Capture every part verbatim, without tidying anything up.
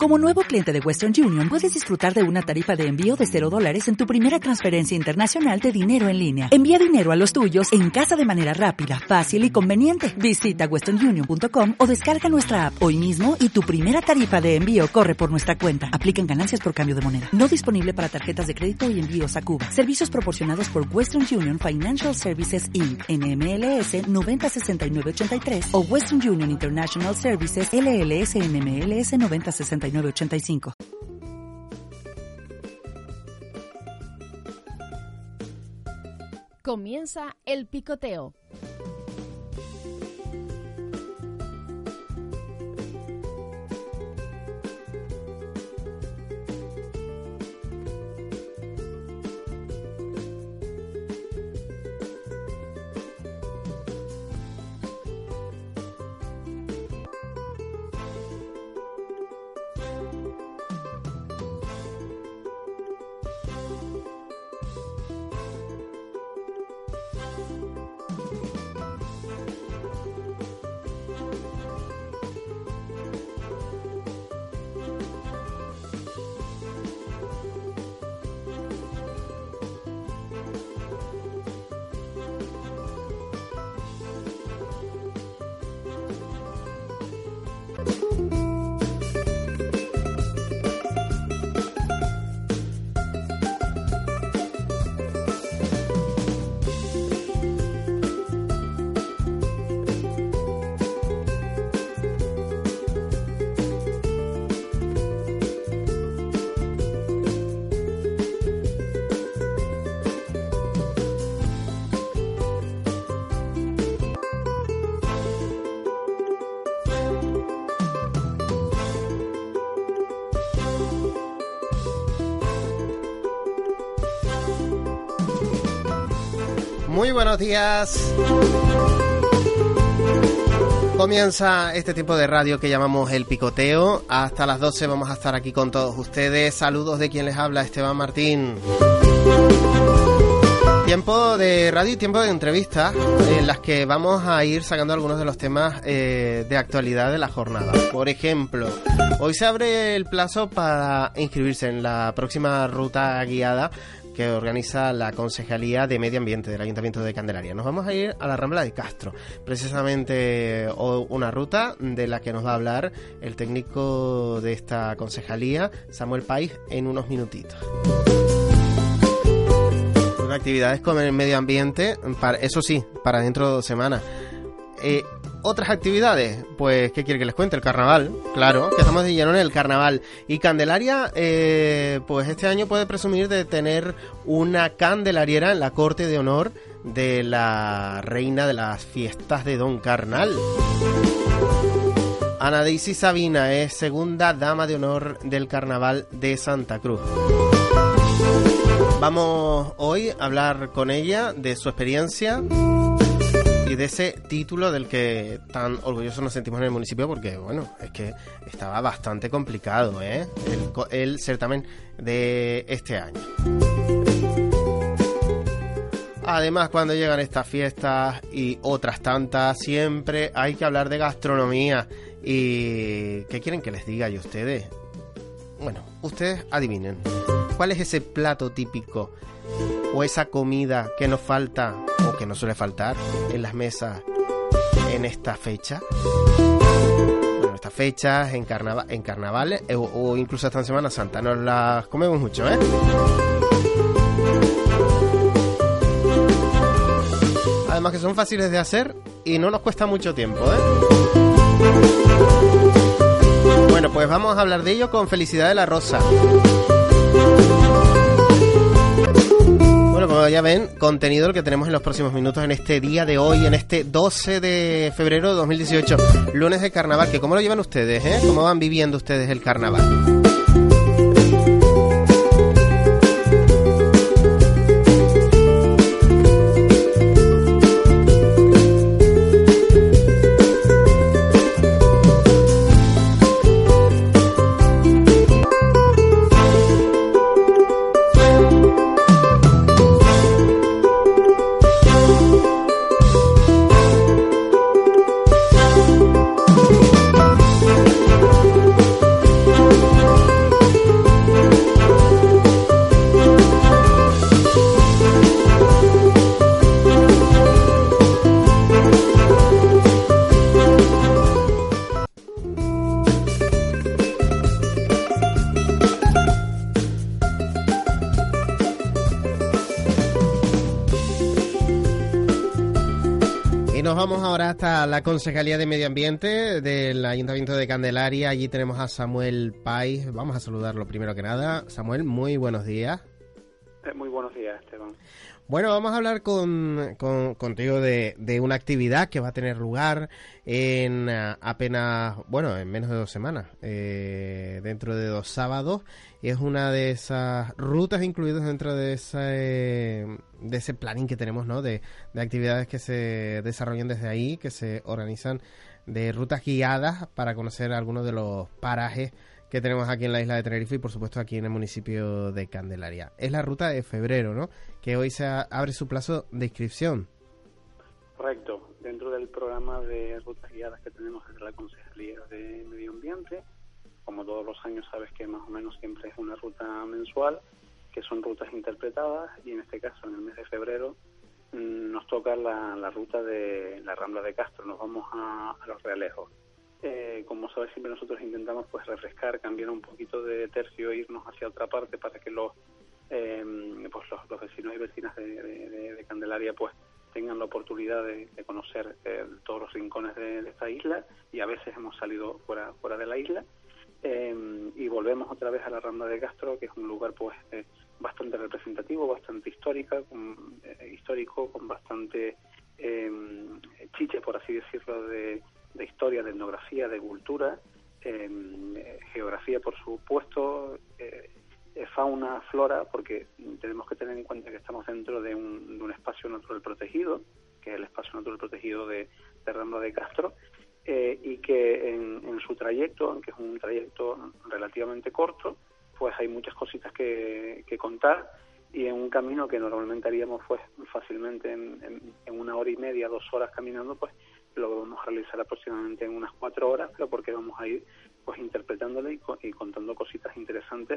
Como nuevo cliente de Western Union, puedes disfrutar de una tarifa de envío de cero dólares en tu primera transferencia internacional de dinero en línea. Envía dinero a los tuyos en casa de manera rápida, fácil y conveniente. Visita western union punto com o descarga nuestra app hoy mismo y tu primera tarifa de envío corre por nuestra cuenta. Aplican ganancias por cambio de moneda. No disponible para tarjetas de crédito y envíos a Cuba. Servicios proporcionados por Western Union Financial Services incorporated. N M L S noventa sesenta y nueve ochenta y tres o Western Union International Services L L S N M L S noventa sesenta y nueve ochenta y cinco. Comienza el picoteo. Muy buenos días. Comienza este tiempo de radio que llamamos El Picoteo. Hasta las doce vamos a estar aquí con todos ustedes. Saludos de quien les habla, Esteban Martín. Tiempo de radio y tiempo de entrevistas en las que vamos a ir sacando algunos de los temas eh, de actualidad de la jornada. Por ejemplo, hoy se abre el plazo para inscribirse en la próxima ruta guiada que organiza la Concejalía de Medio Ambiente del Ayuntamiento de Candelaria. Nos vamos a ir a la Rambla de Castro, precisamente una ruta de la que nos va a hablar el técnico de esta concejalía, Samuel País, en unos minutitos. Actividades con el medio ambiente, para, eso sí, para dentro de dos semanas. Eh, otras actividades, pues, ¿qué quiere que les cuente? El carnaval, claro, que estamos de lleno en el carnaval. Y Candelaria, eh, pues este año puede presumir de tener una candelariera en la corte de honor de la reina de las fiestas de Don Carnal. Ana Daisy Sabina es segunda dama de honor del carnaval de Santa Cruz. Vamos hoy a hablar con ella de su experiencia y de ese título del que tan orgullosos nos sentimos en el municipio, porque, bueno, es que estaba bastante complicado, ¿eh? El, el certamen de este año. Además, cuando llegan estas fiestas y otras tantas, siempre hay que hablar de gastronomía. ¿Y qué quieren que les diga yo a ustedes? Bueno, ustedes adivinen. ¿Cuál es ese plato típico o esa comida que nos falta o que no suele faltar en las mesas en esta fecha? Bueno, en estas fechas, en, carnaval, en carnavales o, o incluso hasta en Semana Santa. Nos las comemos mucho, ¿eh? Además que son fáciles de hacer y no nos cuesta mucho tiempo, ¿eh? Bueno, pues vamos a hablar de ello con Felicidad de la Rosa. Bueno, como ya ven, contenido el que tenemos en los próximos minutos en este día de hoy, en este doce de febrero de dos mil dieciocho, lunes de carnaval. Que ¿cómo lo llevan ustedes, eh? ¿Cómo van viviendo ustedes el carnaval? vamos ahora hasta la Concejalía de Medio Ambiente del Ayuntamiento de Candelaria. Allí tenemos a Samuel Pais. Vamos a saludarlo primero que nada. Samuel, muy buenos días. Eh, muy buenos días, Esteban. Bueno, vamos a hablar con, con contigo de, de una actividad que va a tener lugar en uh, apenas, bueno, en menos de dos semanas, eh, dentro de dos sábados. Y es una de esas rutas incluidas dentro de ese, de ese planning que tenemos, ¿no? De, de actividades que se desarrollan desde ahí, que se organizan de rutas guiadas para conocer algunos de los parajes que tenemos aquí en la isla de Tenerife y por supuesto aquí en el municipio de Candelaria. Es la ruta de febrero, ¿no? Que hoy se abre su plazo de inscripción. Correcto. Dentro del programa de rutas guiadas que tenemos desde la Concejalía de Medio Ambiente, como todos los años sabes que más o menos siempre es una ruta mensual, que son rutas interpretadas, y en este caso en el mes de febrero mmm, nos toca la, la ruta de la Rambla de Castro. Nos vamos a, a Los Realejos. Eh, como sabes, siempre nosotros intentamos pues refrescar, cambiar un poquito de tercio e irnos hacia otra parte para que los eh, pues los, los vecinos y vecinas de, de, de Candelaria pues tengan la oportunidad de, de conocer eh, todos los rincones de, de esta isla, y a veces hemos salido fuera fuera de la isla eh, y volvemos otra vez a la Rambla de Castro, que es un lugar pues eh, bastante representativo, bastante histórica, con, eh, histórico, con bastante eh, chiche, por así decirlo, de de historia, de etnografía, de cultura, eh, geografía, por supuesto, eh, fauna, flora, porque tenemos que tener en cuenta que estamos dentro de un, de un espacio natural protegido, que es el espacio natural protegido de, de Rambla de Castro, eh, y que en, en su trayecto, aunque es un trayecto relativamente corto, pues hay muchas cositas que, que contar, y en un camino que normalmente haríamos pues fácilmente en, en, en una hora y media, dos horas caminando, pues lo vamos a realizar aproximadamente en unas cuatro horas, pero porque vamos a ir pues interpretándole y, co y contando cositas interesantes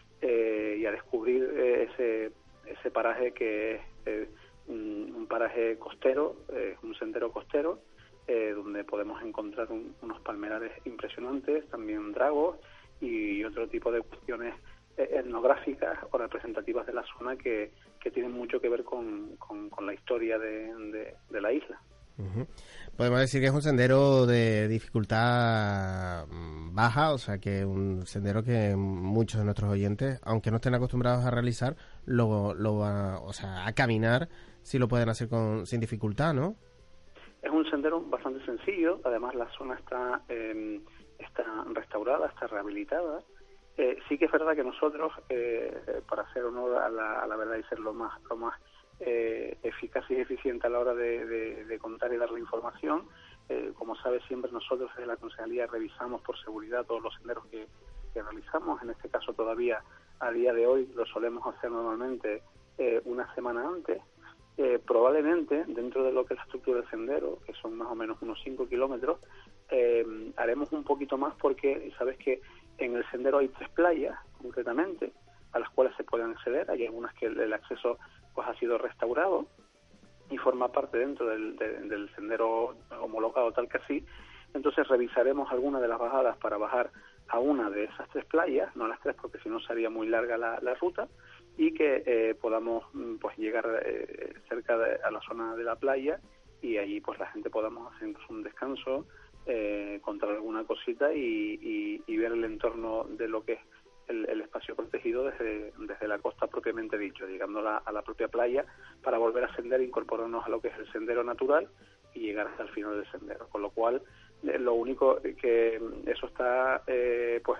eh, y a descubrir eh, ese ese paraje que es eh, un, un paraje costero, eh, un sendero costero, eh, donde podemos encontrar un, unos palmerares impresionantes, también dragos y otro tipo de cuestiones eh, etnográficas o representativas de la zona que, que tienen mucho que ver con, con, con la historia de, de, de la isla. Uh-huh. Podemos decir que es un sendero de dificultad baja, o sea que un sendero que muchos de nuestros oyentes, aunque no estén acostumbrados a realizar, lo, lo va, o sea, a caminar, sí lo pueden hacer con sin dificultad, ¿no? Es un sendero bastante sencillo, además la zona está eh, está restaurada, está rehabilitada. Eh, sí que es verdad que nosotros, eh, para hacer honor a la, a la verdad y ser lo más lo más Eh, eficaz y eficiente a la hora de, de, de contar y dar la información. Eh, como sabes, siempre nosotros desde la Concejalía revisamos por seguridad todos los senderos que, que realizamos. En este caso todavía a día de hoy lo solemos hacer normalmente eh, una semana antes. Eh, probablemente dentro de lo que es la estructura del sendero, que son más o menos unos cinco kilómetros, eh, haremos un poquito más, porque sabes que en el sendero hay tres playas concretamente a las cuales se pueden acceder. Hay algunas que el, el acceso pues ha sido restaurado y forma parte dentro del, de, del sendero homologado tal que así. Entonces revisaremos algunas de las bajadas para bajar a una de esas tres playas, no a las tres porque si no sería muy larga la, la ruta, y que eh, podamos pues llegar eh, cerca de, a la zona de la playa, y allí pues la gente podamos hacer un descanso, eh, contar alguna cosita y, y, y ver el entorno de lo que es El, el espacio protegido desde, desde la costa propiamente dicho, llegando a la, a la propia playa, para volver a ascender e incorporarnos a lo que es el sendero natural y llegar hasta el final del sendero. Con lo cual, eh, lo único que eso está eh, pues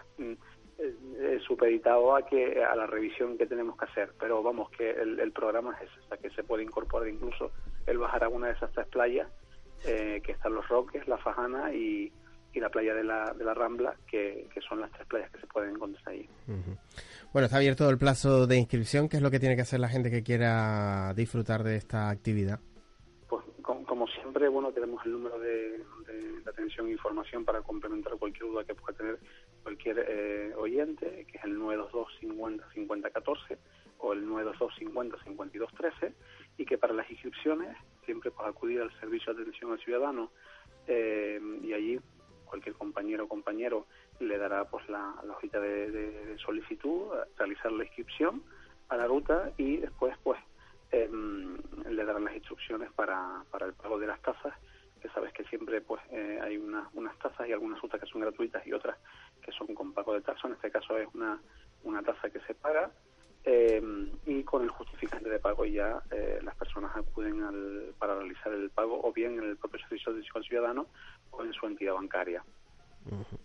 eh, supeditado a que a la revisión que tenemos que hacer, pero vamos, que el, el programa es ese, o sea, que se puede incorporar incluso el bajar a una de esas tres playas, eh, que están Los Roques, La Fajana y y la playa de la, de la Rambla, que, que son las tres playas que se pueden encontrar ahí. Uh-huh. Bueno, está abierto el plazo de inscripción. ¿Qué es lo que tiene que hacer la gente que quiera disfrutar de esta actividad? Pues com, como siempre, bueno, tenemos el número de, de, de atención e información para complementar cualquier duda que pueda tener cualquier eh, oyente, que es el nueve dos dos cincuenta cincuenta catorce o el nueve dos dos cincuenta cincuenta y dos trece, y que para las inscripciones siempre pues acudir al servicio de atención al ciudadano, eh, y allí cualquier compañero o compañero le dará pues la, la hojita de, de, de solicitud, realizar la inscripción a la ruta, y después pues eh, le darán las instrucciones para, para el pago de las tasas que sabes que siempre pues eh, hay una, unas tasas y algunas rutas que son gratuitas y otras que son con pago de tasa. En este caso es una, una tasa que se paga eh, y con el justificante de pago ya eh, las personas acuden al, para realizar el pago o bien en el propio servicio de atención al ciudadano o en su entidad bancaria. Uh-huh.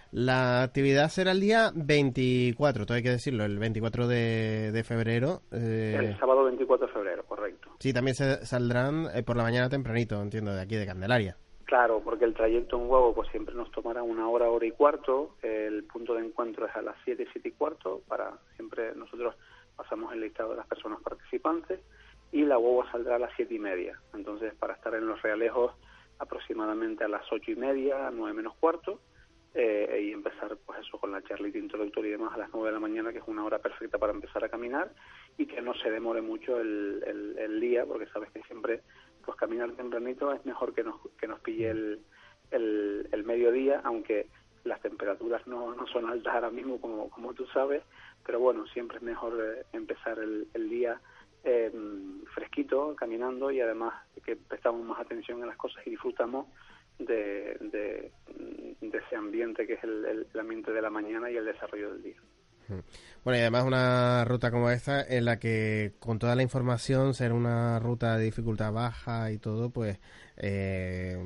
La actividad será el día veinticuatro, todo hay que decirlo, el veinticuatro de, de febrero. Eh... El sábado veinticuatro de febrero, correcto. Sí, también se saldrán eh, por la mañana tempranito, entiendo, de aquí de Candelaria. Claro, porque el trayecto en huevo pues siempre nos tomará una hora, hora y cuarto. El punto de encuentro es a las siete, siete y cuarto. Para siempre nosotros pasamos el listado de las personas participantes y la huevo saldrá a las siete y media. Entonces, para estar en Los Realejos aproximadamente a las ocho y media, nueve menos cuarto. Eh, y empezar pues eso con la charlita introductoria y demás a las nueve de la mañana, que es una hora perfecta para empezar a caminar y que no se demore mucho el, el, el día, porque sabes que siempre pues caminar tempranito es mejor que nos que nos pille el, el, el mediodía, aunque las temperaturas no, no son altas ahora mismo como, como tú sabes, pero bueno, siempre es mejor eh, empezar el, el día eh, fresquito, caminando, y además que prestamos más atención a las cosas y disfrutamos De, de, de ese ambiente que es el, el, el ambiente de la mañana y el desarrollo del día. Bueno, y además una ruta como esta en la que con toda la información, ser una ruta de dificultad baja y todo, pues eh,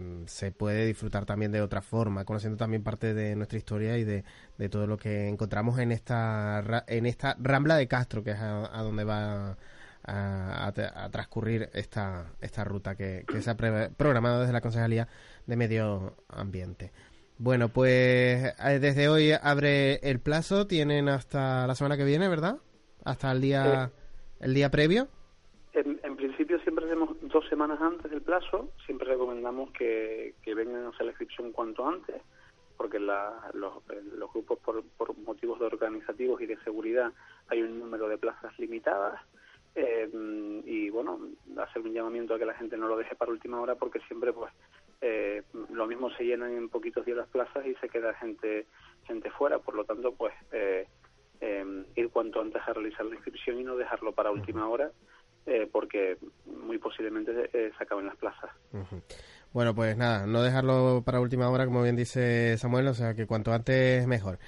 se puede disfrutar también de otra forma, conociendo también parte de nuestra historia y de, de todo lo que encontramos en esta en esta Rambla de Castro, que es a, a donde va A, a, a transcurrir esta esta ruta que, que se ha pre- programado desde la Concejalía de Medio Ambiente. Bueno, pues desde hoy abre el plazo, tienen hasta la semana que viene, ¿verdad? Hasta el día eh, el día previo. En, en principio siempre hacemos dos semanas antes del plazo, siempre recomendamos que, que vengan a hacer la inscripción cuanto antes, porque la, los, los grupos por, por motivos de organizativos y de seguridad hay un número de plazas limitadas. Eh, y bueno, hacer un llamamiento a que la gente no lo deje para última hora, porque siempre pues eh, lo mismo se llenan en poquitos días las plazas y se queda gente gente fuera. Por lo tanto, pues eh, eh, ir cuanto antes a realizar la inscripción y no dejarlo para última hora, eh, porque muy posiblemente eh, se acaben las plazas. Uh-huh. Bueno, pues nada, no dejarlo para última hora, como bien dice Samuel, o sea que cuanto antes mejor.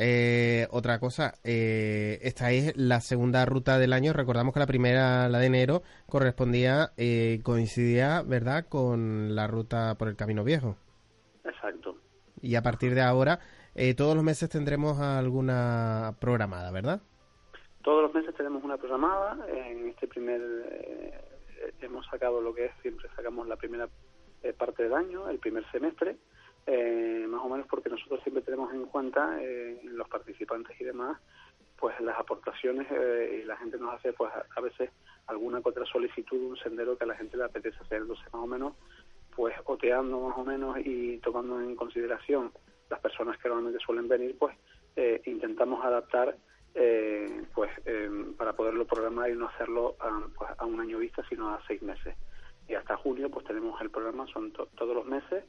Eh, otra cosa, eh, esta es la segunda ruta del año. Recordamos que la primera, la de enero, correspondía, eh, coincidía, ¿verdad?, con la ruta por el Camino Viejo. Exacto. Y a partir de ahora, eh, todos los meses tendremos alguna programada, ¿verdad? Todos los meses tenemos una programada. En este primer eh, hemos sacado lo que es, siempre sacamos la primera parte del año, el primer semestre, eh, más o menos porque nosotros siempre tenemos en cuenta eh, los participantes y demás, pues las aportaciones eh, y la gente nos hace pues a, a veces alguna que otra solicitud, un sendero que a la gente le apetece hacer. Entonces más o menos pues oteando más o menos y tomando en consideración las personas que normalmente suelen venir, pues eh, intentamos adaptar eh, pues eh, para poderlo programar y no hacerlo a, pues, a un año vista, sino a seis meses. Y hasta junio pues tenemos el programa, son to- todos los meses,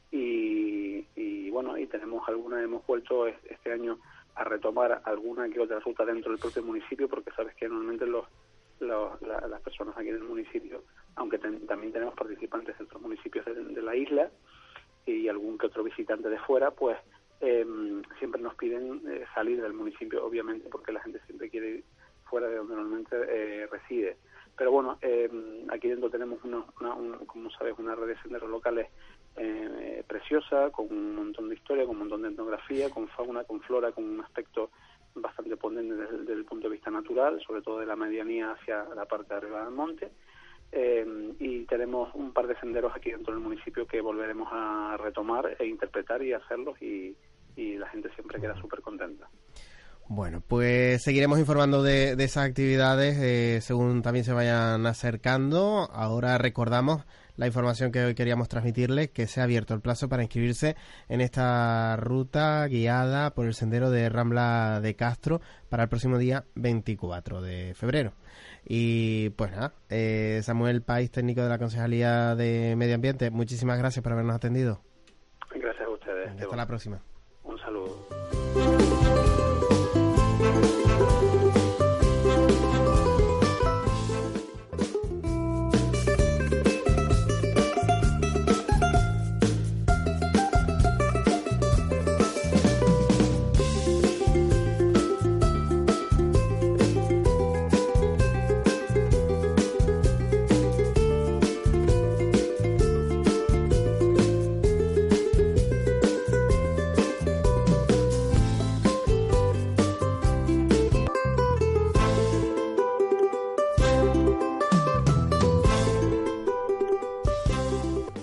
y, y bueno, y tenemos alguna, hemos vuelto este año a retomar alguna que otra ruta dentro del propio municipio, porque sabes que normalmente los, los la, las personas aquí en el municipio, aunque ten, también tenemos participantes de otros municipios de, de la isla y algún que otro visitante de fuera, pues eh, siempre nos piden eh, salir del municipio, obviamente, porque la gente siempre quiere ir fuera de donde normalmente eh, reside. Pero bueno, eh, aquí dentro tenemos, una, una, un, como sabes, una red de senderos locales eh, preciosa, con un montón de historia, con un montón de etnografía, con fauna, con flora, con un aspecto bastante potente desde, desde el punto de vista natural, sobre todo de la medianía hacia la parte de arriba del monte. Eh, y tenemos un par de senderos aquí dentro del municipio que volveremos a retomar e interpretar y hacerlos, y, y la gente siempre queda súper contenta. Bueno, pues seguiremos informando de, de esas actividades eh, según también se vayan acercando. Ahora recordamos la información que hoy queríamos transmitirles, que se ha abierto el plazo para inscribirse en esta ruta guiada por el sendero de Rambla de Castro para el próximo día veinticuatro de febrero. Y pues nada, eh, Samuel País, técnico de la Concejalía de Medio Ambiente, muchísimas gracias por habernos atendido. Gracias a ustedes. Hasta la próxima. Un saludo.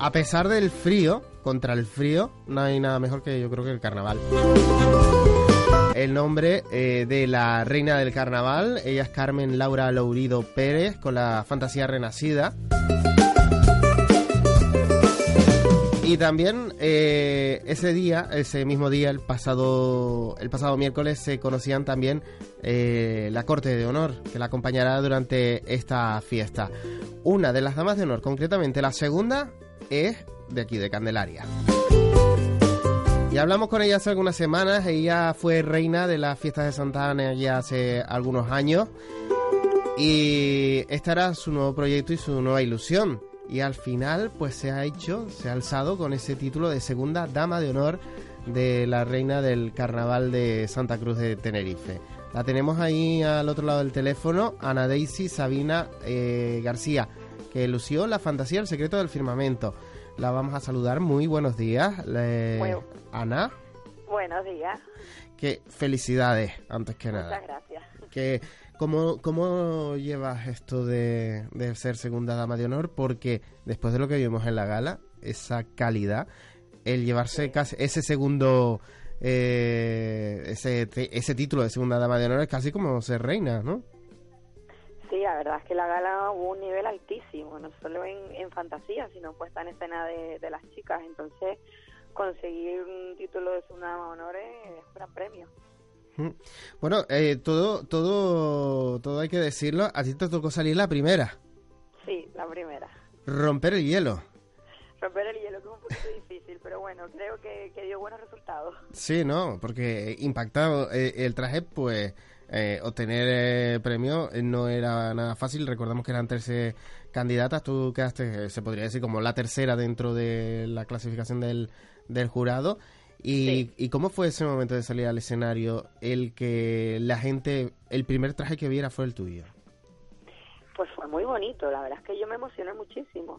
a pesar del frío, contra el frío, no hay nada mejor que yo creo que el carnaval. El nombre eh, de la reina del carnaval, ella es Carmen Laura Lourido Pérez, con la fantasía renacida. Y también eh, ese día, ese mismo día, el pasado el pasado miércoles, se conocían también eh, la corte de honor que la acompañará durante esta fiesta. Una de las damas de honor, concretamente la segunda, es de aquí, de Candelaria. Ya hablamos con ella hace algunas semanas. Ella fue reina de las fiestas de Santa Ana ya hace algunos años. Y este era su nuevo proyecto y su nueva ilusión. Y al final pues se ha hecho, se ha alzado con ese título de segunda dama de honor de la reina del carnaval de Santa Cruz de Tenerife. La tenemos ahí al otro lado del teléfono, Ana Daisy Sabina eh, García, que lució la fantasía El secreto del firmamento. La vamos a saludar. Muy buenos días, Le... bueno. Ana. Buenos días. Que felicidades, antes que nada. Muchas gracias. Que ¿Cómo, cómo llevas esto de, de ser segunda dama de honor? Porque después de lo que vimos en la gala, esa calidad, el llevarse sí. casi ese segundo, eh, ese, ese título de segunda dama de honor es casi como ser reina, ¿no? Sí, la verdad es que la gala hubo un nivel altísimo, no solo en, en fantasía, sino puesta en escena de, de las chicas. Entonces, conseguir un título de segunda dama de honor es un gran premio. Bueno, eh, todo, todo, todo hay que decirlo. A ti te tocó salir la primera. Sí, la primera. Romper el hielo. Romper el hielo, que es un poquito difícil, pero bueno, creo que, que dio buenos resultados. Sí, no, porque impactado eh, el traje, pues eh, obtener eh, premio no era nada fácil. Recordamos que eran trece candidatas. Tú quedaste, eh, se podría decir, como la tercera dentro de la clasificación del, del jurado. Y, sí. ¿Y cómo fue ese momento de salir al escenario, el que la gente, el primer traje que viera fue el tuyo? Pues fue muy bonito, la verdad es que yo me emocioné muchísimo.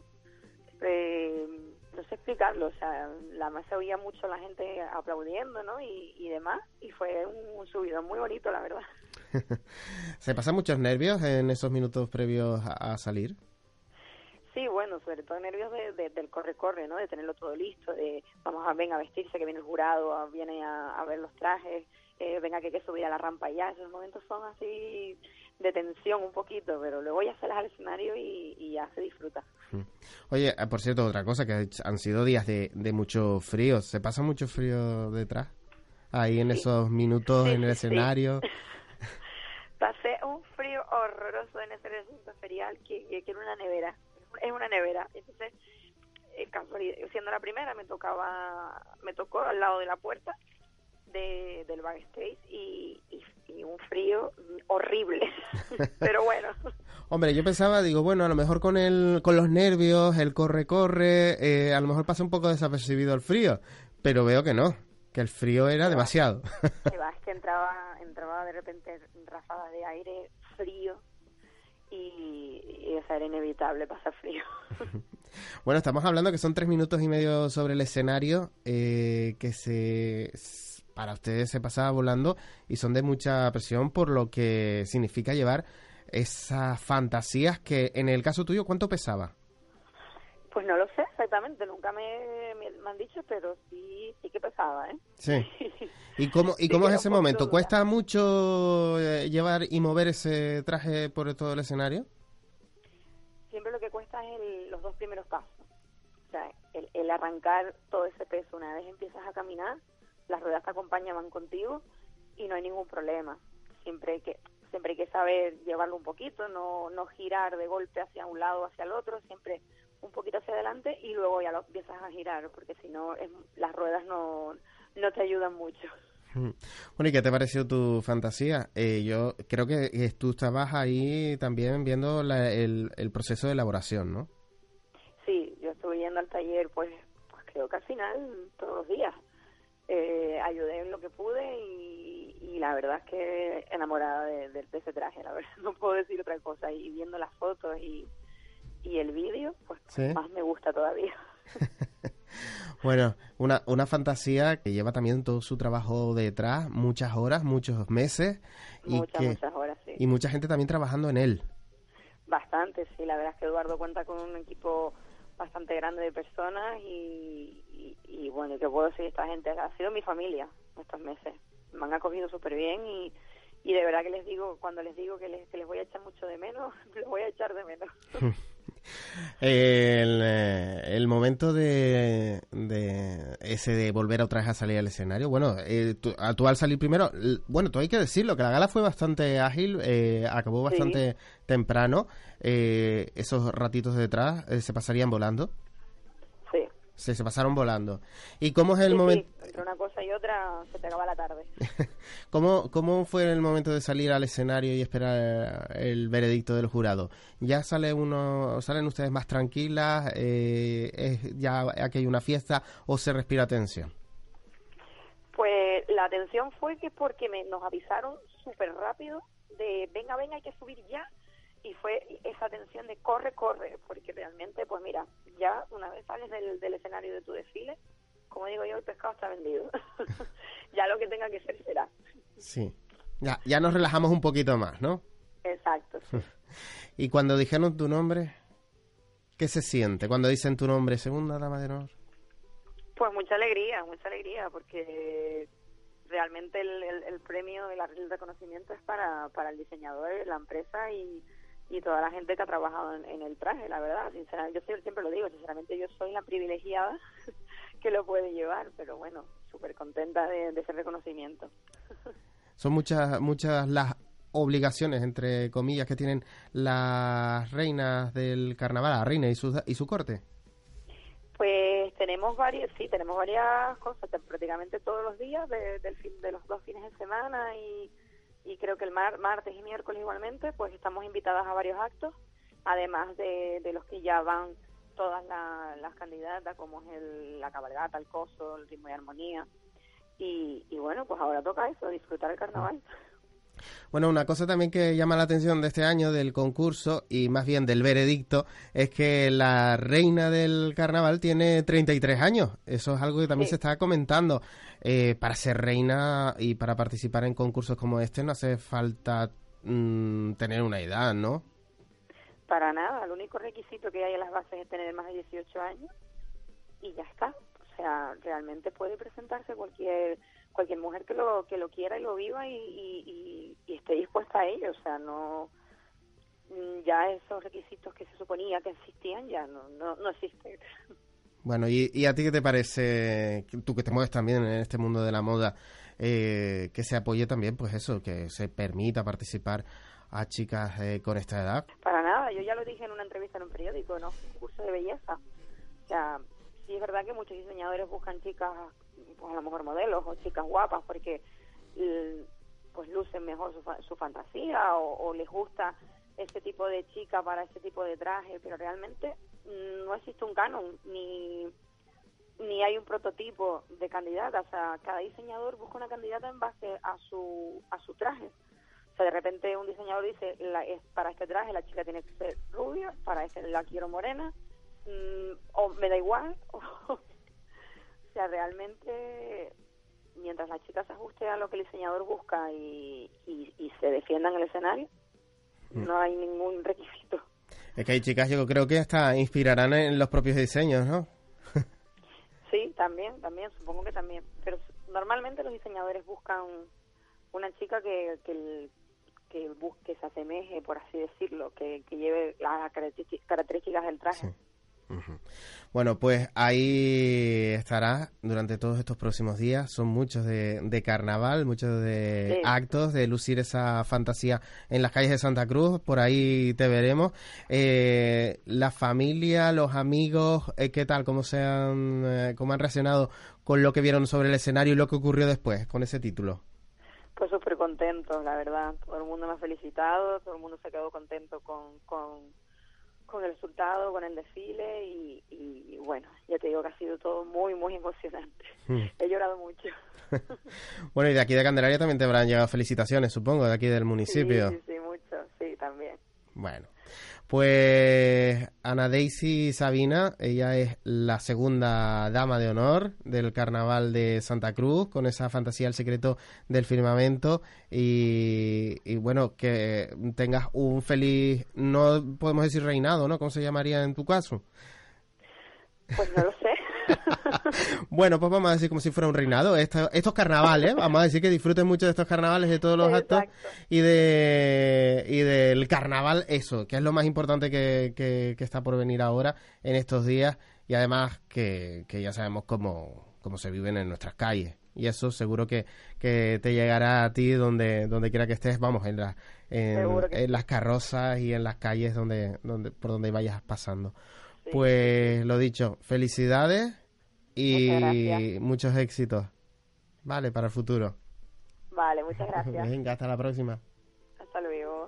Eh, no sé explicarlo, o sea, la más se oía mucho la gente aplaudiendo, ¿no? Y, y demás, y fue un, un subidón muy bonito, la verdad. ¿Se pasan muchos nervios en esos minutos previos a, a salir? Sí, bueno, sobre todo nervios de, de, del corre-corre, ¿no? De tenerlo todo listo, de vamos a, venga a vestirse, que viene el jurado, a, viene a, a ver los trajes, eh, venga que hay que subir a la rampa ya. Esos momentos son así de tensión un poquito, pero luego ya sales al escenario y, y ya se disfruta. Oye, por cierto, otra cosa, que han sido días de, de mucho frío. ¿Se pasa mucho frío detrás? Ahí en sí. esos minutos sí, en el sí, escenario. Sí. Pasé un frío horroroso en ese recinto ferial que, que era una nevera. Es una nevera, entonces eh, siendo la primera me tocaba me tocó al lado de la puerta de, del backstage y, y, y un frío horrible pero bueno. Hombre, yo pensaba, digo, bueno, a lo mejor con el con los nervios, el corre corre eh, a lo mejor pasa un poco desapercibido el frío, pero veo que no, que el frío era demasiado. Que va, es que entraba entraba de repente ráfagas de aire frío. Y, y eso era inevitable, pasar frío. Bueno, estamos hablando que son tres minutos y medio sobre el escenario, eh, que se para ustedes se pasaba volando y son de mucha presión por lo que significa llevar esas fantasías que, en el caso tuyo, ¿cuánto pesaba? Pues no lo sé exactamente, nunca me, me, me han dicho, pero sí sí que pesaba, ¿eh? Sí. ¿Y cómo, y sí, cómo es ese momento? ¿Cuesta mucho eh, llevar y mover ese traje por todo el escenario? Siempre lo que cuesta es el, los dos primeros pasos. O sea, el, el arrancar todo ese peso. Una vez empiezas a caminar, las ruedas te acompañan, van contigo y no hay ningún problema. Siempre hay que, siempre hay que saber llevarlo un poquito, no, no girar de golpe hacia un lado o hacia el otro, siempre un poquito hacia adelante y luego ya lo empiezas a girar, porque si no, es, las ruedas no, no te ayudan mucho. Bueno, ¿y qué te pareció tu fantasía? Eh, yo creo que eh, tú estabas ahí también viendo la, el, el proceso de elaboración, ¿no? Sí, yo estuve yendo al taller, pues, pues creo que al final, todos los días. Eh, ayudé en lo que pude y, y la verdad es que enamorada de, de, de ese traje, la verdad, no puedo decir otra cosa. Y viendo las fotos y, y el vídeo, pues ¿sí? Más me gusta todavía. Bueno, una, una fantasía que lleva también todo su trabajo detrás, muchas horas, muchos meses. Muchas, y que, muchas horas, sí. Y mucha gente también trabajando en él. Bastante, sí. La verdad es que Eduardo cuenta con un equipo bastante grande de personas y, y, y bueno, ¿qué puedo decir? Esta gente ha sido mi familia estos meses. Me han acogido súper bien y, y de verdad que les digo, cuando les digo que les, que les voy a echar mucho de menos, les voy a echar de menos. el, el momento de, de ese de volver otra vez a salir al escenario, bueno, eh, tú, tú al salir primero, bueno, tú hay que decirlo, que la gala fue bastante ágil, eh, acabó bastante sí. temprano, eh, esos ratitos detrás eh, se pasarían volando. Sí. Se, se pasaron volando. ¿Y cómo es el sí, momento? Sí. Entre una cosa y otra se te acaba la tarde. ¿Cómo, ¿Cómo fue el momento de salir al escenario y esperar el veredicto del jurado? ¿Ya sale uno, salen ustedes más tranquilas? Eh, ¿Es ya aquí hay una fiesta o se respira tensión? Pues la tensión fue que porque me, nos avisaron súper rápido de venga, venga, hay que subir ya. Y fue esa tensión de corre, corre, porque realmente, pues mira, ya una vez sales del, del escenario de tu desfile, como digo yo, el pescado está vendido. Ya lo que tenga que ser será. Sí, ya, ya nos relajamos un poquito más, ¿no? Exacto. Sí. Y cuando dijeron tu nombre, ¿qué se siente cuando dicen tu nombre, segunda dama de honor? Pues mucha alegría, mucha alegría, porque realmente el, el, el premio, el, el reconocimiento es para, para el diseñador, la empresa y... y toda la gente que ha trabajado en, en el traje, la verdad, sinceramente, yo siempre lo digo, sinceramente yo soy la privilegiada que lo puede llevar, pero bueno, súper contenta de, de ese reconocimiento. Son muchas muchas las obligaciones, entre comillas, que tienen las reinas del carnaval, la reina y su, y su corte. Pues tenemos varias, sí, tenemos varias cosas, prácticamente todos los días de, del fin, de los dos fines de semana y y creo que el mar, martes y miércoles igualmente, pues estamos invitadas a varios actos, además de, de los que ya van todas la, las candidatas, como es el, la cabalgata, el coso, el ritmo y armonía, y, y bueno, pues ahora toca eso, disfrutar el carnaval. Bueno, una cosa también que llama la atención de este año del concurso y más bien del veredicto es que la reina del carnaval tiene treinta y tres años. Eso es algo que también sí. se está comentando. Eh, para ser reina y para participar en concursos como este no hace falta mmm, tener una edad, ¿no? Para nada. El único requisito que hay en las bases es tener más de dieciocho años y ya está. O sea, realmente puede presentarse cualquier cualquier mujer que lo que lo quiera y lo viva y, y, y, y esté dispuesta a ello. O sea, no ya esos requisitos que se suponía que existían ya no no, no existen. Bueno, ¿y, ¿y a ti qué te parece, tú que te mueves también en este mundo de la moda, eh, que se apoye también, pues eso, que se permita participar a chicas eh, con esta edad? Para nada, yo ya lo dije en una entrevista en un periódico, ¿no? Un curso de belleza. O sea, sí es verdad que muchos diseñadores buscan chicas, pues a lo mejor modelos o chicas guapas porque pues lucen mejor su, su fantasía o, o les gusta ese tipo de chica para ese tipo de traje, pero realmente no existe un canon ni ni hay un prototipo de candidata. O sea, cada diseñador busca una candidata en base a su a su traje. O sea, de repente un diseñador dice, la, es para este traje la chica tiene que ser rubia, para este la quiero morena, mmm, o me da igual. O, o sea, realmente, mientras la chica se ajuste a lo que el diseñador busca y, y, y se defienda en el escenario, mm. no hay ningún requisito. Es que hay chicas, yo creo que hasta inspirarán en los propios diseños, ¿no? Sí, también, también, supongo que también. Pero normalmente los diseñadores buscan una chica que que, que busque, se asemeje, por así decirlo, que, que lleve las características del traje. Sí. Uh-huh. Bueno, pues ahí estará durante todos estos próximos días. Son muchos de, de carnaval, muchos de sí. actos, de lucir esa fantasía en las calles de Santa Cruz. Por ahí te veremos. Eh, la familia, los amigos, eh, ¿qué tal? ¿Cómo, se han, eh, ¿Cómo han reaccionado con lo que vieron sobre el escenario y lo que ocurrió después con ese título? Pues súper contentos, la verdad. Todo el mundo me ha felicitado, todo el mundo se quedó contento con... con... con el resultado, con el desfile y, y bueno, ya te digo que ha sido todo muy, muy emocionante. Mm. He llorado mucho. Bueno, y de aquí de Candelaria también te habrán llegado felicitaciones, supongo, de aquí del municipio. Sí, sí, sí, mucho, sí, también. Bueno, pues Ana Daisy Sabina, ella es la segunda dama de honor del Carnaval de Santa Cruz, con esa fantasía El secreto del firmamento y, y bueno, que tengas un feliz, no podemos decir reinado, ¿no? ¿Cómo se llamaría en tu caso? Pues no lo sé. Bueno, pues vamos a decir como si fuera un reinado. Estos, estos carnavales, vamos a decir que disfruten mucho de estos carnavales, de todos los Exacto. actos y de y del carnaval, eso, que es lo más importante que, que, que está por venir ahora en estos días y además que, que ya sabemos cómo, cómo se viven en nuestras calles. Y eso seguro que, que te llegará a ti donde donde quiera que estés, vamos, en, la, en, en las carrozas y en las calles donde donde por donde vayas pasando. Sí. Pues lo dicho, felicidades y muchos éxitos. Vale, para el futuro. Vale, muchas gracias. Venga, hasta la próxima. Hasta luego.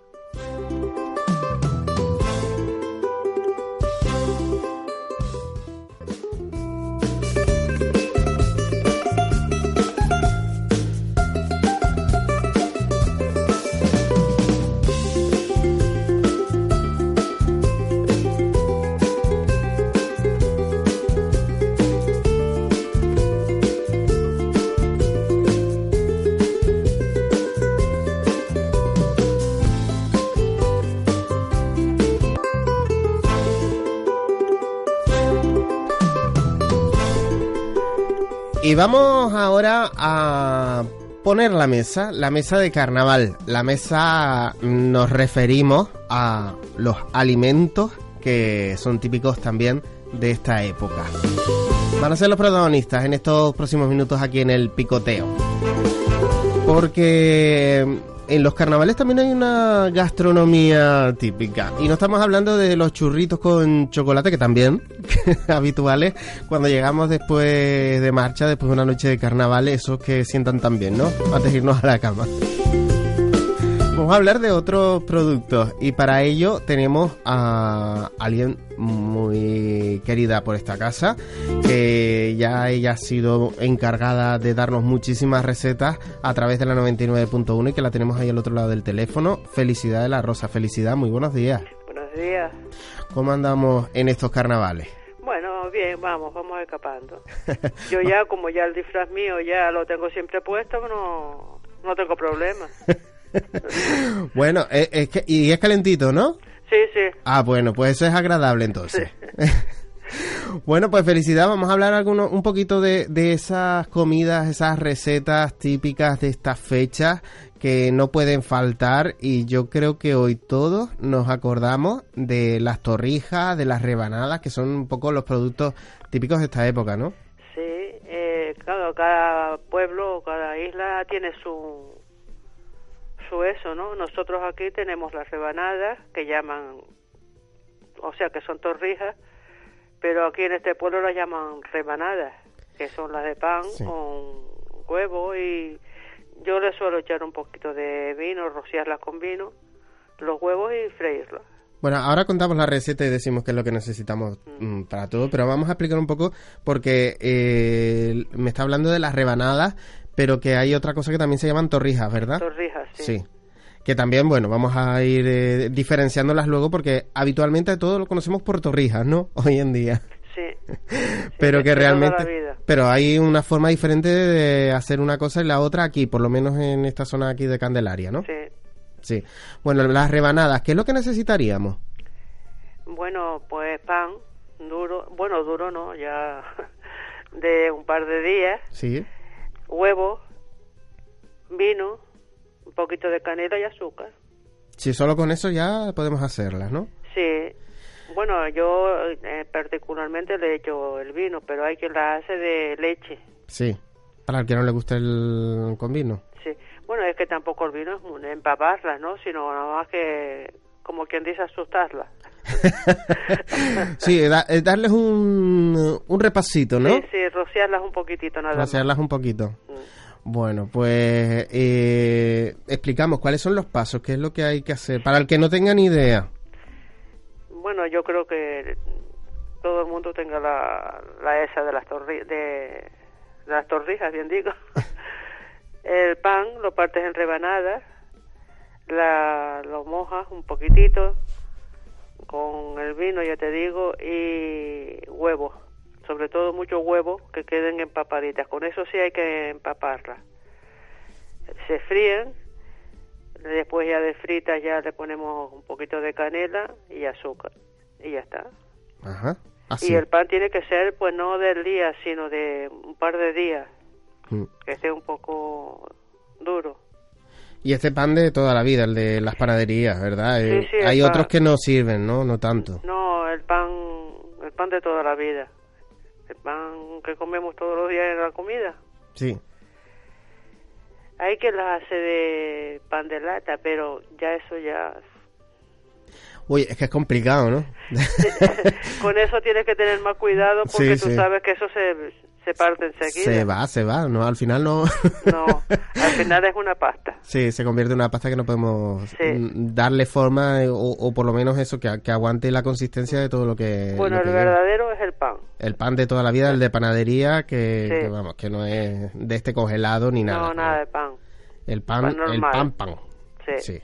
Y vamos ahora a poner la mesa, la mesa de carnaval. La mesa nos referimos a los alimentos que son típicos también de esta época. Van a ser los protagonistas en estos próximos minutos aquí en el Picoteo. Porque en los carnavales también hay una gastronomía típica. Y no estamos hablando de los churritos con chocolate, que también habituales cuando llegamos después de marcha, después de una noche de carnaval, esos que sientan tan bien, ¿no? Antes de irnos a la cama. Vamos a hablar de otros productos y para ello tenemos a alguien muy querida por esta casa, que ya ella ha sido encargada de darnos muchísimas recetas a través de la noventa y nueve punto uno y que la tenemos ahí al otro lado del teléfono. Felicidad de la Rosa. Felicidad, muy buenos días. Buenos días. ¿Cómo andamos en estos carnavales? Bueno, bien, vamos, vamos escapando. Yo ya, como ya el disfraz mío ya lo tengo siempre puesto, no, no tengo problema. Bueno, es, es que, y es calentito, ¿no? Sí, sí. Ah, bueno, pues eso es agradable entonces. Sí. Bueno, pues felicidad. Vamos a hablar alguno, un poquito de, de esas comidas, esas recetas típicas de estas fechas que no pueden faltar y yo creo que hoy todos nos acordamos de las torrijas, de las rebanadas, que son un poco los productos típicos de esta época, ¿no? Sí, eh, claro, cada pueblo, cada isla tiene su... su eso, ¿no? Nosotros aquí tenemos las rebanadas que llaman, o sea, que son torrijas, pero aquí en este pueblo las llaman rebanadas, que son las de pan sí. con huevo y yo le suelo echar un poquito de vino, rociarlas con vino, los huevos y freírlas. Bueno, ahora contamos la receta y decimos qué es lo que necesitamos mm. para todo, pero vamos a explicar un poco porque eh, me está hablando de las rebanadas, pero que hay otra cosa que también se llaman torrijas, ¿verdad? Torrijas, sí. Sí. Que también, bueno, vamos a ir eh, diferenciándolas luego porque habitualmente todo lo conocemos por torrijas, ¿no? Hoy en día. Sí. Pero sí, que realmente... Pero hay una forma diferente de hacer una cosa y la otra aquí, por lo menos en esta zona aquí de Candelaria, ¿no? Sí. Sí. Bueno, las rebanadas, ¿qué es lo que necesitaríamos? Bueno, pues pan duro, bueno, duro no, ya de un par de días. Sí. Huevo, vino, un poquito de canela y azúcar. Sí, solo con eso ya podemos hacerlas, ¿no? Sí. Bueno, yo eh, particularmente le echo el vino, pero hay quien la hace de leche. Sí, para el que no le guste el con vino. Sí. Bueno, es que tampoco el vino es empaparla, ¿no? Sino nada más que, como quien dice, asustarla. Sí, da, darles un, un repasito, ¿no? Sí, sí, rociarlas un poquitito nada más. Rociarlas un poquito. Mm. Bueno, pues eh, explicamos cuáles son los pasos, qué es lo que hay que hacer, para el que no tenga ni idea. Bueno, yo creo que todo el mundo tenga la, la esa de las, torri de, de las torrijas, bien digo. El pan lo partes en rebanadas, la, lo mojas un poquitito con el vino, ya te digo, y huevos, sobre todo muchos huevos que queden empapaditas. Con eso sí hay que empaparlas. Se fríen, después ya de fritas ya le ponemos un poquito de canela y azúcar y ya está. Ajá. Así. Y el pan tiene que ser, pues no del día, sino de un par de días, Mm. que esté un poco duro. Y este pan de toda la vida, el de las panaderías, ¿verdad? Sí, Eh, sí, el hay pan. otros que no sirven, ¿no? No tanto. No, el pan, el pan de toda la vida. El pan que comemos todos los días en la comida. Sí. Hay que las hace de pan de lata, pero ya eso ya... Oye, es que es complicado, ¿no? Con eso tienes que tener más cuidado porque Sí, tú sí. sabes que eso se, se parte enseguida. Se va, se va, no, al final no. No, al final es una pasta. Sí, se convierte en una pasta que no podemos Sí. mm, darle forma eh, o, o por lo menos eso, que, que aguante la consistencia de todo lo que... Bueno, lo el que lleva. verdadero es el pan. El pan de toda la vida, el de panadería, que, Sí. que vamos, que no es de este congelado ni nada. No, nada de pan. El pan, Pan el normal. pan pan. Sí. Sí.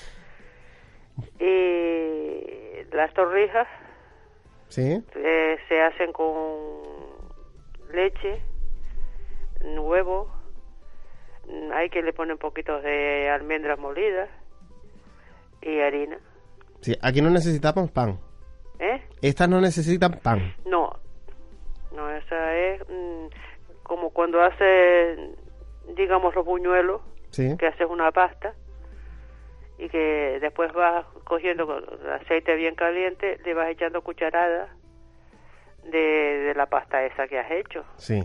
Y las torrijas ¿Sí? eh, se hacen con leche, huevo, hay que le ponen poquitos de almendras molidas y harina. Sí, aquí no necesitamos pan. ¿Eh? Estas no necesitan pan. No, no, esa es mm, como cuando haces, digamos, los buñuelos, Sí. que haces una pasta y que después vas cogiendo con el aceite bien caliente, le vas echando cucharadas de, de la pasta esa que has hecho Sí.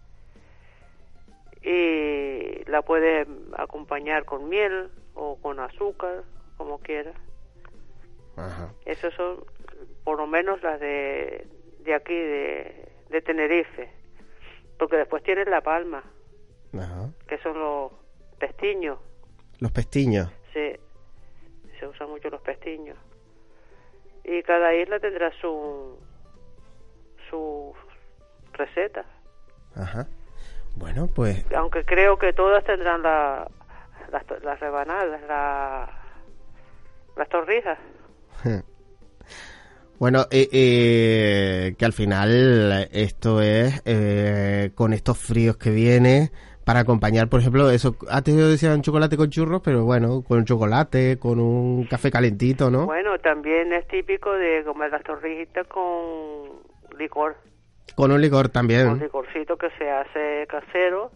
y la puedes acompañar con miel o con azúcar, como quieras. Ajá. Esos son por lo menos las de, de aquí, de, de Tenerife, porque después tienes La Palma, Ajá. que son los pestiños. Los pestiños. Sí, se usan mucho los pestiños. Y cada isla tendrá su su receta. Ajá. Bueno, pues Aunque creo que todas tendrán la, las, to- las rebanadas, la, las torrijas. bueno, eh, eh, que al final esto es eh, con estos fríos que viene para acompañar, por ejemplo, eso, antes yo decía un chocolate con churros, pero bueno, con chocolate, con un café calentito, ¿no? Bueno, también es típico de comer las torrijitas con licor, Con un licor con también. licorcito que se hace casero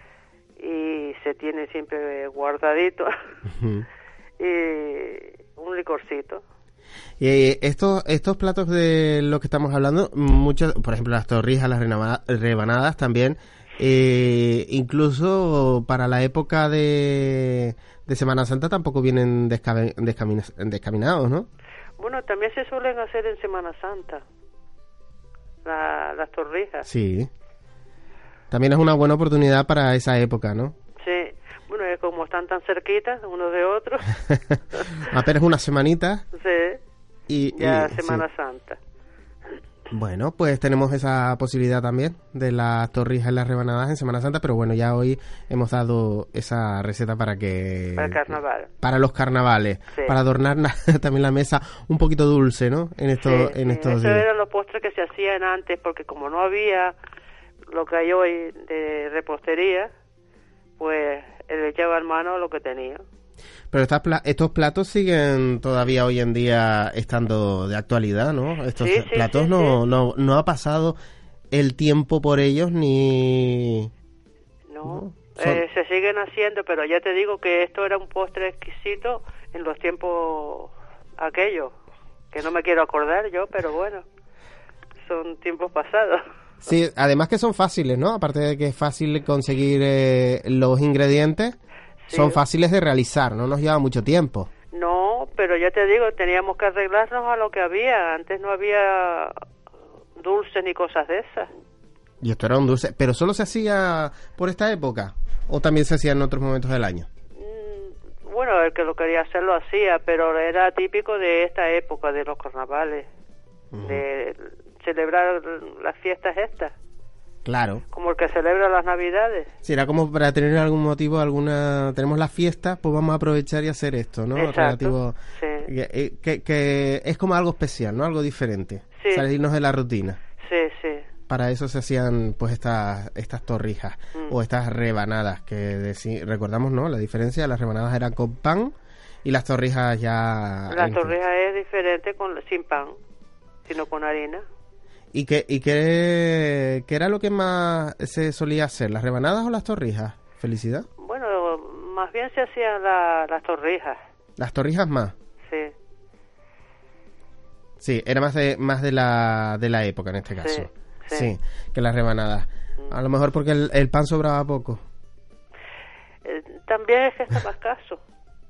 y se tiene siempre guardadito. Ujú. Y un licorcito. Y eh, estos estos platos de los que estamos hablando, muchos, por ejemplo, las torrijas, las renama- rebanadas también, eh, incluso para la época de, de Semana Santa tampoco vienen descabe- descamina- descaminados, ¿no? Bueno, también se suelen hacer en Semana Santa la, las torrijas. Sí. También es una buena oportunidad para esa época, ¿no? Sí. Bueno, es como están tan cerquitas unos de otros. Apenas una semanita Sí. y... Ya y- Semana sí. Santa. Bueno, pues tenemos esa posibilidad también de las torrijas y las rebanadas en Semana Santa, pero bueno, ya hoy hemos dado esa receta para que... Para el carnaval. Para los carnavales, Sí. para adornar la- también la mesa un poquito dulce, ¿no? En estos, Sí, en sí. estos Esos días. eran los postres que se hacían antes, porque como no había lo que hay hoy de repostería, pues él le echaba en mano lo que tenía. Pero estas pla- estos platos siguen todavía hoy en día estando de actualidad, ¿no? Estos Sí, sí, platos sí, no, sí. no no ha pasado el tiempo por ellos ni... No, No, son- eh, se siguen haciendo, pero ya te digo que esto era un postre exquisito en los tiempos aquellos, que no me quiero acordar yo, pero bueno, son tiempos pasados. Sí, además que son fáciles, ¿no? Aparte de que es fácil conseguir eh, los ingredientes, Sí. son fáciles de realizar, no nos lleva mucho tiempo. No, pero ya te digo, teníamos que arreglarnos a lo que había. Antes no había dulces ni cosas de esas. Y esto era un dulce, pero solo se hacía por esta época o también se hacía en otros momentos del año. Mm, Bueno, el que lo quería hacer lo hacía, pero era típico de esta época, de los carnavales, de celebrar las fiestas estas, Claro. como el que celebra las navidades. Sí, era como para tener algún motivo, alguna... Tenemos la fiesta, pues vamos a aprovechar y hacer esto, ¿no? Exacto, Relativo... sí. Que, que, que es como algo especial, ¿no? Algo diferente. Sí. Salirnos de la rutina. Sí, sí. Para eso se hacían pues estas estas torrijas Mm. o estas rebanadas que deci- recordamos, ¿no? La diferencia, las rebanadas eran con pan y las torrijas ya... La en- torrija es diferente con sin pan, sino con harina. ¿Y qué, y qué, qué era lo que más se solía hacer? ¿Las rebanadas o las torrijas? Felicidad. Bueno, más bien se hacían la, las torrijas. ¿Las torrijas más? Sí. Sí, era más de más de la de la época en este caso. Sí, sí. Sí, que las rebanadas. A lo mejor porque el, el pan sobraba poco. Eh, también es que estaba escaso.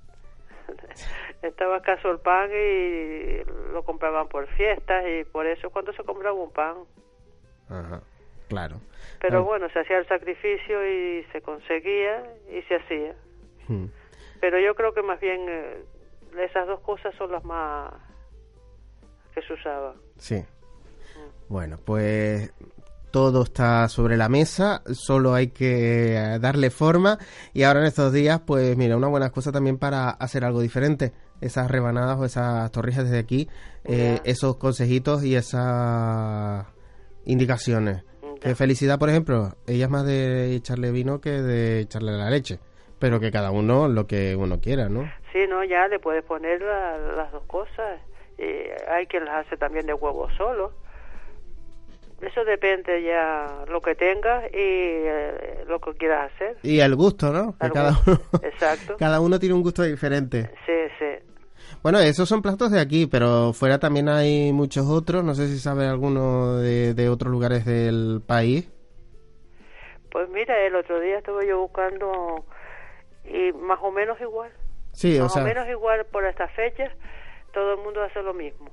Estaba escaso el pan y lo compraban por fiestas y por eso es cuando se compraba un pan. Ajá, claro. Pero Ah. bueno, se hacía el sacrificio y se conseguía y se hacía. Hmm. Pero yo creo que más bien eh, esas dos cosas son las más que se usaban. Sí. Bueno, pues todo está sobre la mesa, solo hay que eh, darle forma y ahora en estos días, pues mira, una buena excusa también para hacer algo diferente. Esas rebanadas o esas torrijas desde aquí, eh, Ya. esos consejitos y esas indicaciones. Ya. Que Felicidad, por ejemplo, ella es más de echarle vino que de echarle la leche, pero que cada uno lo que uno quiera, ¿no? Sí, no, ya le puedes poner la- las dos cosas. Y hay quien las hace también de huevo solo. Eso depende ya lo que tengas y eh, lo que quieras hacer. Y el gusto, ¿no? Que Al cada gusto, uno, exacto. cada uno tiene un gusto diferente. Sí, sí. Bueno, esos son platos de aquí, pero fuera también hay muchos otros. No sé si sabe alguno de, de otros lugares del país. Pues mira, el otro día estuve yo buscando y más o menos igual. Sí, más o sea, o menos igual por estas fechas, todo el mundo hace lo mismo.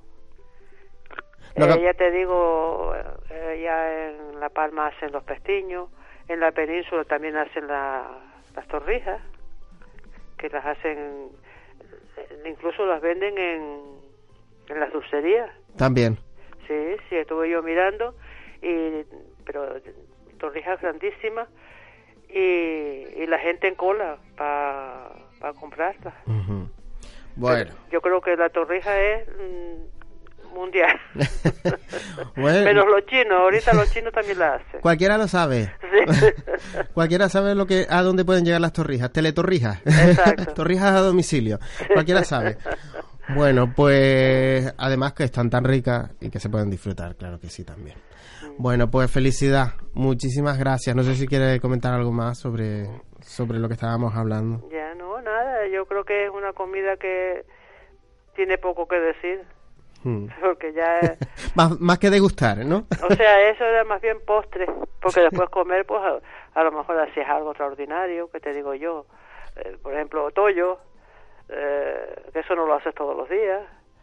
Lo Eh, que- ya te digo, eh, ya en La Palma hacen los pestiños, en la península también hacen la, las torrijas, que las hacen, eh, incluso las venden en, en las dulcerías. también. Sí, sí, estuve yo mirando, y pero torrijas grandísimas y, y la gente en cola para pa comprarlas. Ujú. Bueno. Pero yo creo que la torrija es mm, mundial. Bueno. Menos los chinos, ahorita los chinos también la hacen. Cualquiera lo sabe. Sí. Cualquiera sabe lo que a dónde pueden llegar las torrijas. Teletorrijas. Exacto. Torrijas a domicilio. Cualquiera sabe. Bueno, pues además que están tan ricas y que se pueden disfrutar, claro que sí también. Bueno, pues Felicidad, muchísimas gracias. No sé si quiere comentar algo más sobre, sobre lo que estábamos hablando. Ya no, nada, yo creo que es una comida que tiene poco que decir, Hmm. porque ya, es- Más, más que degustar, ¿no? o sea, eso era más bien postre, porque después comer, pues a, a lo mejor hacías algo extraordinario, que te digo yo, eh, por ejemplo, tollo, eh, que eso no lo haces todos los días,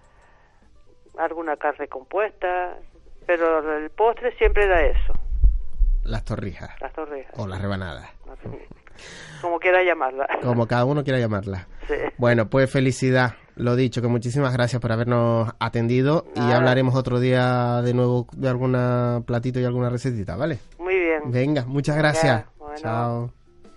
alguna carne compuesta, pero el postre siempre era eso, Las torrijas las torrijas, o las rebanadas, como quiera llamarla. como cada uno quiera llamarlas. Sí. Bueno, pues Felicidad, lo dicho, que muchísimas gracias por habernos atendido y Nada. hablaremos otro día de nuevo de alguna platito y alguna recetita, ¿vale? Muy bien. Venga, muchas gracias. Venga, bueno. Chao.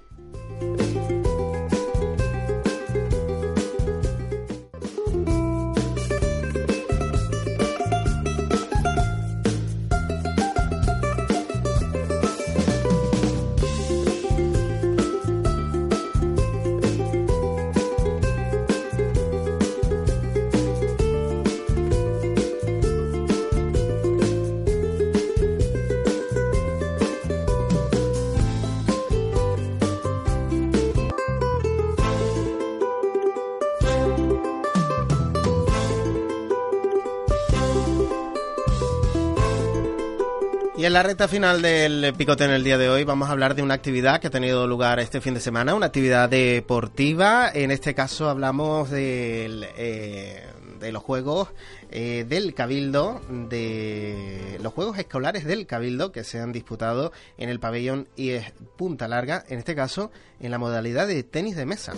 Y en la recta final del Picote en el día de hoy vamos a hablar de una actividad que ha tenido lugar este fin de semana, una actividad deportiva. En este caso hablamos del, eh, de los Juegos eh, del Cabildo, de los Juegos Escolares del Cabildo que se han disputado en el pabellón I E S Punta Larga, en este caso en la modalidad de tenis de mesa.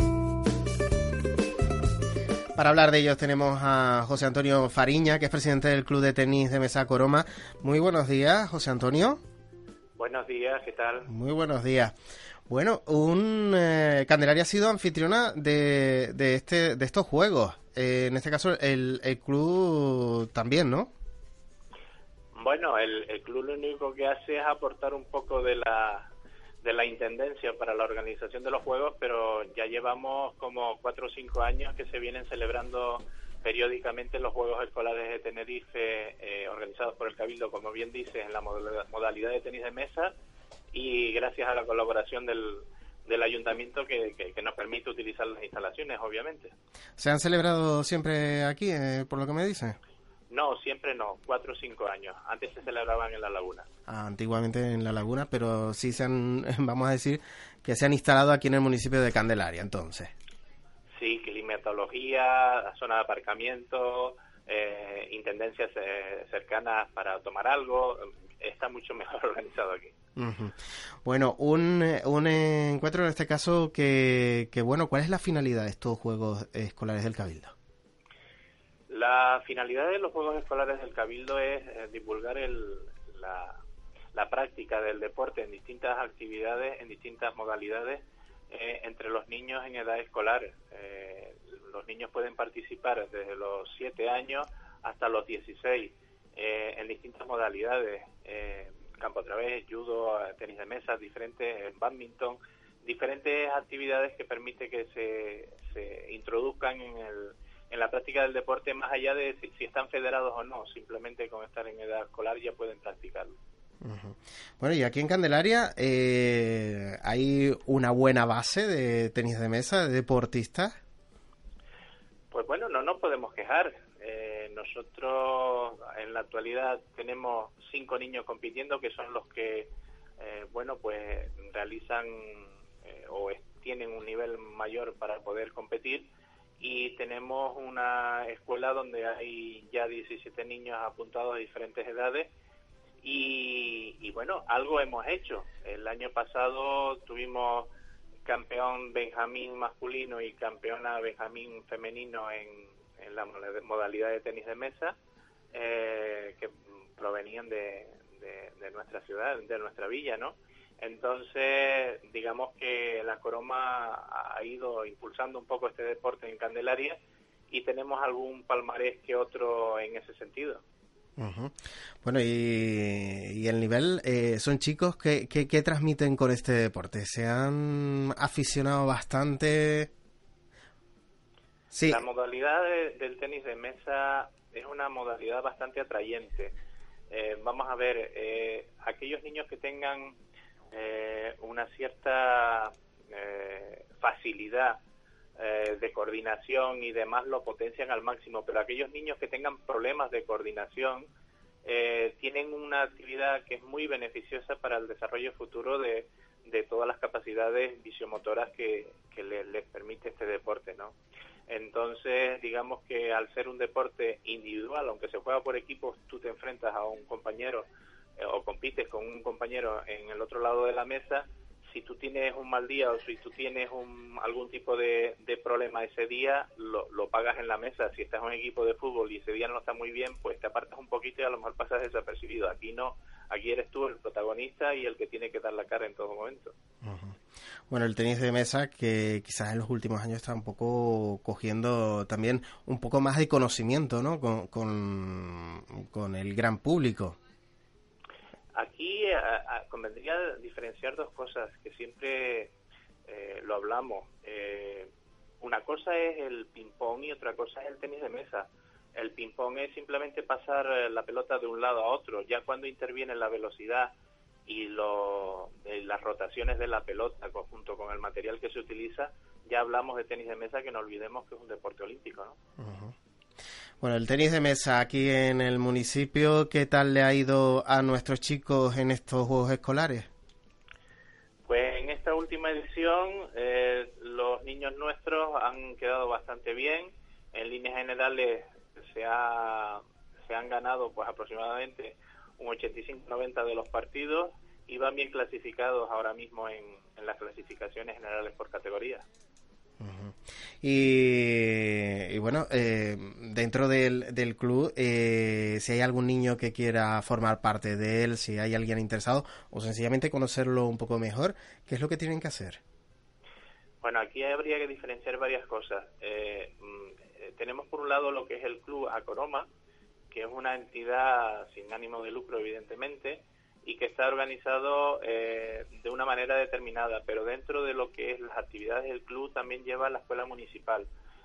Para hablar de ellos tenemos a José Antonio Fariña, que es presidente del Club de Tenis de Mesa Coroma. Muy buenos días, José Antonio. Buenos días, ¿qué tal? Muy buenos días. Bueno, un eh, Candelaria ha sido anfitriona de, de este de estos juegos. Eh, en este caso, el, el club también, ¿no? Bueno, el, el club lo único que hace es aportar un poco de la de la intendencia para la organización de los juegos, pero ya llevamos como cuatro o cinco años que se vienen celebrando periódicamente los Juegos Escolares de Tenerife, eh, organizados por el Cabildo, como bien dices, en la modalidad de tenis de mesa, y gracias a la colaboración del, del Ayuntamiento que, que, que nos permite utilizar las instalaciones, obviamente. ¿Se han celebrado siempre aquí, eh, por lo que me dice? No, siempre no, cuatro o cinco años. Antes se celebraban en La Laguna. Ah, antiguamente en La Laguna, pero sí se han, vamos a decir, que se han instalado aquí en el municipio de Candelaria, entonces. Sí, climatología, zona de aparcamiento, eh, intendencias eh, cercanas para tomar algo, está mucho mejor organizado aquí. Uh-huh. Bueno, un, un encuentro en este caso que, que, bueno, ¿cuál es la finalidad de estos Juegos Escolares del Cabildo? La finalidad de los Juegos Escolares del Cabildo es eh, divulgar el, la, la práctica del deporte en distintas actividades, en distintas modalidades, eh, entre los niños en edad escolar. Eh, los niños pueden participar desde los siete años hasta los dieciséis eh, en distintas modalidades, eh, campo a través, judo, tenis de mesa, diferentes, bádminton, diferentes actividades que permite que se, se introduzcan en el en la práctica del deporte, más allá de si, si están federados o no, simplemente con estar en edad escolar ya pueden practicarlo. Uh-huh. Bueno, y aquí en Candelaria eh, hay una buena base de tenis de mesa, de deportistas. Pues bueno, no nos podemos quejar. Eh, nosotros en la actualidad tenemos cinco niños compitiendo, que son los que, eh, bueno, pues realizan eh, o es, tienen un nivel mayor para poder competir. Y tenemos una escuela donde hay ya diecisiete niños apuntados de diferentes edades y, y bueno, algo hemos hecho. El año pasado tuvimos campeón Benjamín masculino y campeona Benjamín femenino en, en la modalidad de tenis de mesa, eh, que provenían de, de, de nuestra ciudad, de nuestra villa, ¿no? Entonces, digamos que la Coroma ha ido impulsando un poco este deporte en Candelaria y tenemos algún palmarés que otro en ese sentido. Uh-huh. Bueno, y, y el nivel, eh, son chicos que, que, que transmiten con este deporte. ¿Se han aficionado bastante? Sí. La modalidad de, del tenis de mesa es una modalidad bastante atrayente. Eh, vamos a ver, eh, aquellos niños que tengan Eh, una cierta eh, facilidad eh, de coordinación y demás lo potencian al máximo, pero aquellos niños que tengan problemas de coordinación eh, tienen una actividad que es muy beneficiosa para el desarrollo futuro de, de todas las capacidades visiomotoras que, que les, les permite este deporte, ¿no? Entonces, digamos que al ser un deporte individual, aunque se juega por equipos, tú te enfrentas a un compañero o compites con un compañero en el otro lado de la mesa. Si tú tienes un mal día o si tú tienes un, algún tipo de, de problema ese día, lo, lo pagas en la mesa. Si estás en un equipo de fútbol y ese día no está muy bien, pues te apartas un poquito y a lo mejor pasas desapercibido. Aquí no, aquí eres tú el protagonista y el que tiene que dar la cara en todo momento. Uh-huh. Bueno, el tenis de mesa que quizás en los últimos años está un poco cogiendo también un poco más de conocimiento, ¿no? Con, con, con el gran público. Aquí a, a, convendría diferenciar dos cosas que siempre eh, lo hablamos. Eh, una cosa es el ping-pong y otra cosa es el tenis de mesa. El ping-pong es simplemente pasar la pelota de un lado a otro. Ya cuando interviene la velocidad y lo, eh, las rotaciones de la pelota junto con el material que se utiliza, ya hablamos de tenis de mesa, que no olvidemos que es un deporte olímpico, ¿no? Uh-huh. Bueno, el tenis de mesa aquí en el municipio, ¿qué tal le ha ido a nuestros chicos en estos Juegos Escolares? Pues en esta última edición eh, los niños nuestros han quedado bastante bien. En líneas generales se ha se han ganado pues aproximadamente un ochenta y cinco noventa de los partidos y van bien clasificados ahora mismo en, en las clasificaciones generales por categoría. Uh-huh. Y, y bueno, eh, dentro del, del club, eh, si hay algún niño que quiera formar parte de él, si hay alguien interesado o sencillamente conocerlo un poco mejor, ¿qué es lo que tienen que hacer? Bueno, aquí habría que diferenciar varias cosas. Eh, tenemos por un lado lo que es el Club Acoroma, que es una entidad sin ánimo de lucro, evidentemente, y que está organizado eh, de una manera determinada, pero dentro de lo que es las actividades del club también lleva la escuela municipal.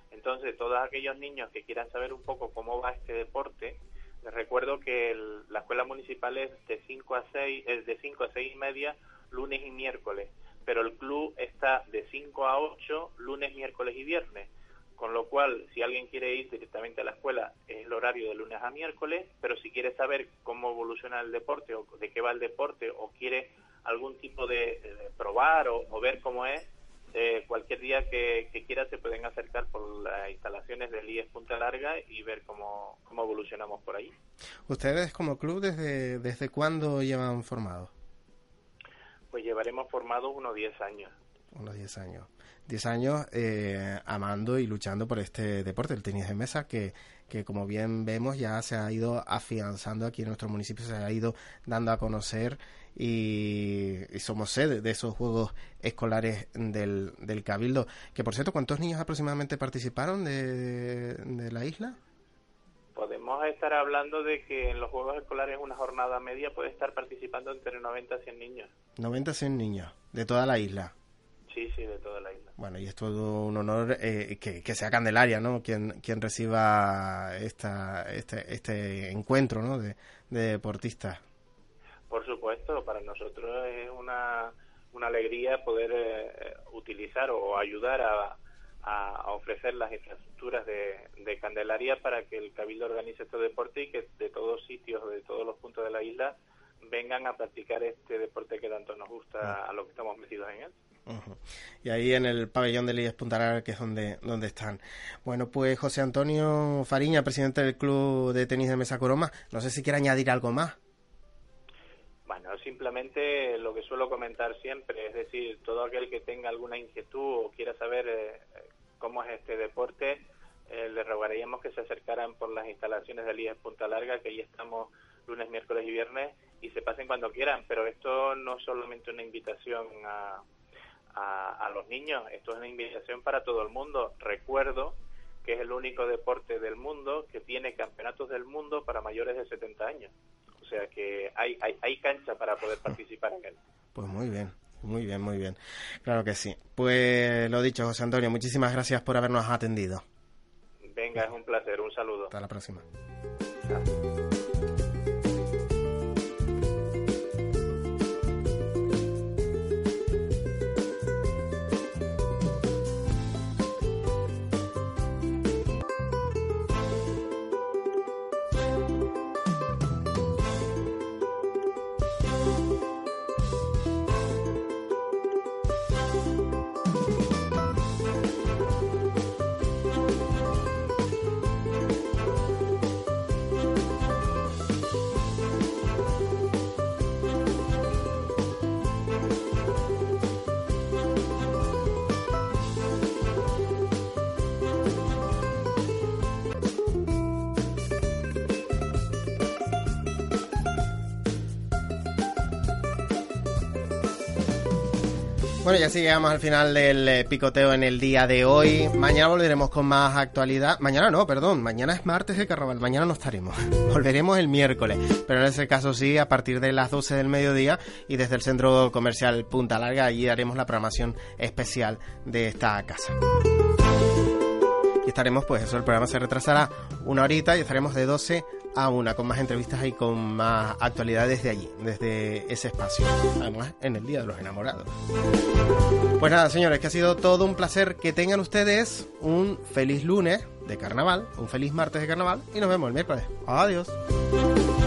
Entonces, todos aquellos niños que quieran saber un poco cómo va este deporte, les recuerdo que el, la escuela municipal es de cinco a seis, es de cinco a seis y media, lunes y miércoles, pero el club está de cinco a ocho, lunes, miércoles y viernes. Con lo cual, si alguien quiere ir directamente a la escuela, es el horario de lunes a miércoles, pero si quiere saber cómo evoluciona el deporte o de qué va el deporte o quiere algún tipo de, de probar o, o ver cómo es, eh, cualquier día que, que quiera se pueden acercar por las instalaciones del I E S Punta Larga y ver cómo, cómo evolucionamos por ahí. ¿Ustedes como club desde, desde cuándo llevan formados? Pues llevaremos formados unos diez años. Unos diez años. diez años eh, amando y luchando por este deporte, el tenis de mesa, que, que como bien vemos ya se ha ido afianzando aquí en nuestro municipio, se ha ido dando a conocer y, y somos sede de esos juegos escolares del, del Cabildo. Que por cierto, ¿cuántos niños aproximadamente participaron de, de la isla? Podemos estar hablando de que en los juegos escolares una jornada media puede estar participando entre noventa a cien niños. noventa a cien niños, de toda la isla. Sí, sí, de toda la isla. Bueno, y es todo un honor eh, que, que sea Candelaria, ¿no?, quien, quien reciba esta, este, este encuentro, ¿no?, de, de deportistas. Por supuesto, para nosotros es una, una alegría poder eh, utilizar o ayudar a, a, a ofrecer las infraestructuras de, de Candelaria para que el Cabildo organice este deporte y que de todos sitios, de todos los puntos de la isla, vengan a practicar este deporte que tanto nos gusta a los que estamos metidos en él. Uh-huh. Y ahí en el pabellón del I E S Punta Larga, que es donde, donde están. Bueno, pues José Antonio Fariña, presidente del Club de Tenis de Mesa Coroma, no sé si quiere añadir algo más. Bueno, simplemente lo que suelo comentar siempre, es decir, todo aquel que tenga alguna inquietud o quiera saber eh, cómo es este deporte, eh, le rogaríamos que se acercaran por las instalaciones del I E S Punta Larga, que ahí estamos lunes, miércoles y viernes, y se pasen cuando quieran, pero esto no es solamente una invitación a A, a los niños, esto es una invitación para todo el mundo. Recuerdo que es el único deporte del mundo que tiene campeonatos del mundo para mayores de setenta años, o sea que hay, hay, hay cancha para poder participar en él. Pues muy bien, muy bien, muy bien, claro que sí. Pues lo dicho, José Antonio, muchísimas gracias por habernos atendido. Venga, es un placer, un saludo. Hasta la próxima. Chao. Bueno, ya sí llegamos al final del eh, picoteo en el día de hoy. Mañana volveremos con más actualidad. Mañana no, perdón. Mañana es martes de carnaval. Mañana no estaremos. Volveremos el miércoles. Pero en ese caso sí, a partir de las doce del mediodía y desde el Centro Comercial Punta Larga. Allí haremos la programación especial de esta casa. Y estaremos, pues eso, el programa se retrasará una horita y estaremos de doce a una con más entrevistas y con más actualidad desde allí, desde ese espacio, además en el Día de los Enamorados. Pues nada, señores, que ha sido todo un placer. Que tengan ustedes un feliz lunes de carnaval, un feliz martes de carnaval y nos vemos el miércoles. Adiós.